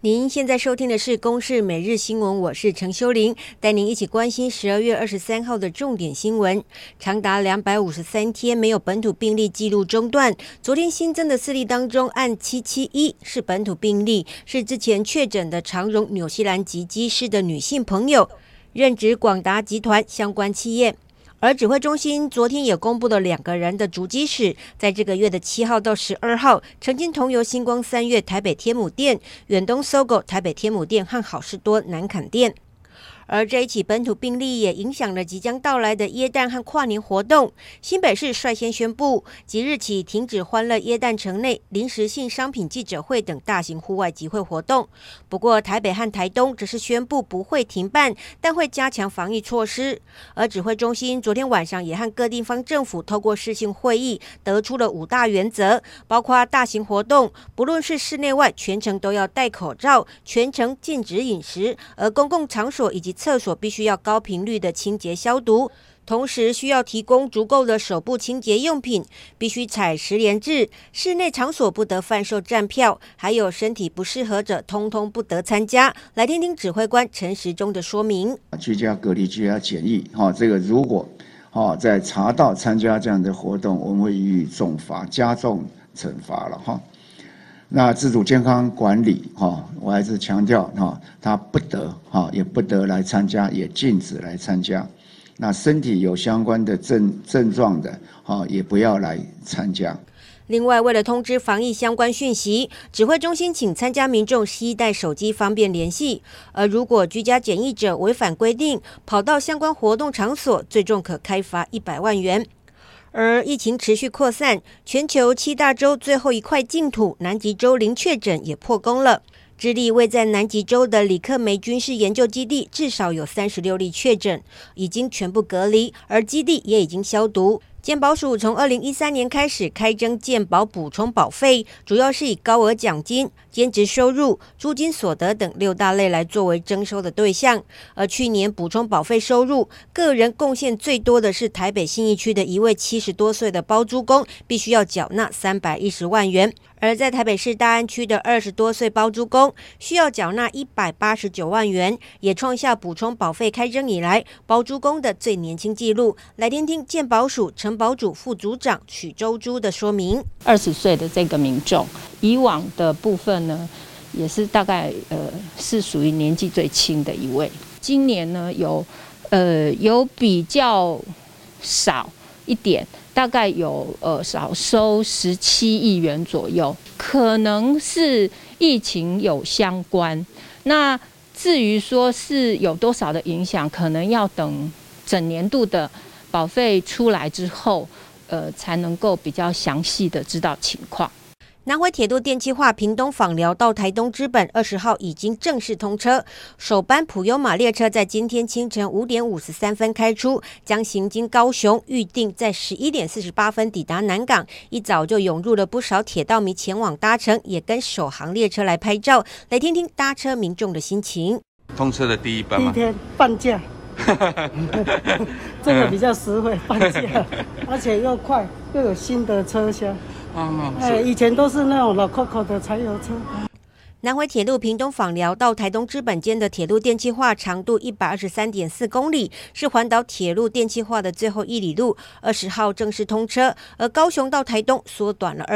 您现在收听的是公视每日新闻，我是陈修玲，带您一起关心12月23号的重点新闻。长达253天没有本土病例记录中断，昨天新增的4例当中，按771是本土病例，是之前确诊的长荣纽西兰籍机师的女性朋友，任职广达集团相关企业。而指挥中心昨天也公布了2个人的足迹史，在这个月的7号到12号，曾经同游星光三月台北天母店、远东SOGO台北天母店和好事多南崁店。而这一起本土病例也影响了即将到来的耶诞和跨年活动。新北市率先宣布，即日起停止欢乐耶诞城内临时性商品记者会等大型户外集会活动。不过，台北和台东则是宣布不会停办，但会加强防疫措施。而指挥中心昨天晚上也和各地方政府透过视讯会议，得出了5大原则，包括大型活动不论是室内外，全程都要戴口罩，全程禁止饮食，而公共场所以及厕所必须要高频率的清洁消毒，同时需要提供足够的手部清洁用品，必须采10连制，室内场所不得贩售站票，还有身体不适合者通通不得参加。来听听指挥官陈时中的说明。 居家隔离、居家检疫，这个如果在查到参加这样的活动，我们会予以重罚、加重惩罚了哈。那自主健康管理，我还是强调，他不得，也不得来参加，也禁止来参加。那身体有相关的症状的，也不要来参加。 另外，为了通知防疫相关讯息，指挥中心请参加民众携带手机方便联系。而如果居家检疫者违反规定，跑到相关活动场所，最重可开罚100万元。而疫情持续扩散，全球7大洲最后一块净土南极洲零确诊也破功了。智利位在南极洲的里克梅军事研究基地至少有36例确诊，已经全部隔离，而基地也已经消毒。健保署从2013年开始开征健保补充保费，主要是以高额奖金、兼职收入、租金所得等6大类来作为征收的对象。而去年补充保费收入，个人贡献最多的是台北信义区的一位70多岁的包租公，必须要缴纳310万元。而在台北市大安区的20多岁包租公需要缴纳189万元，也创下补充保费开征以来包租公的最年轻纪录。来听听健保署城保组副组长许周珠的说明。 20岁的这个民众，以往的部分呢，也是大概是属于年纪最轻的一位。今年呢有比较少一点，大概有少收17亿元左右，可能是疫情有相关。那至于说是有多少的影响，可能要等整年度的保费出来之后，才能够比较详细的知道情况。 南回铁路电气化屏东枋寮到台东知本20号已经正式通车，首班普悠玛列车在今天清晨5点53分开出，将行经高雄，预定在11点48分抵达南港。一早就涌入了不少铁道迷前往搭乘，也跟首航列车来拍照。来听听搭车民众的心情。 通车的第一班吗？ 第一天半价，这个比较实惠，半价，而且又快，又有新的车厢。以前都是那种老 COCO 的柴油车。 南回铁路屏东枋寮到台东知本间的铁路电气化长度123.4公里，是环岛铁路电气化的最后1里路。20号正式通车，而高雄到台东缩短了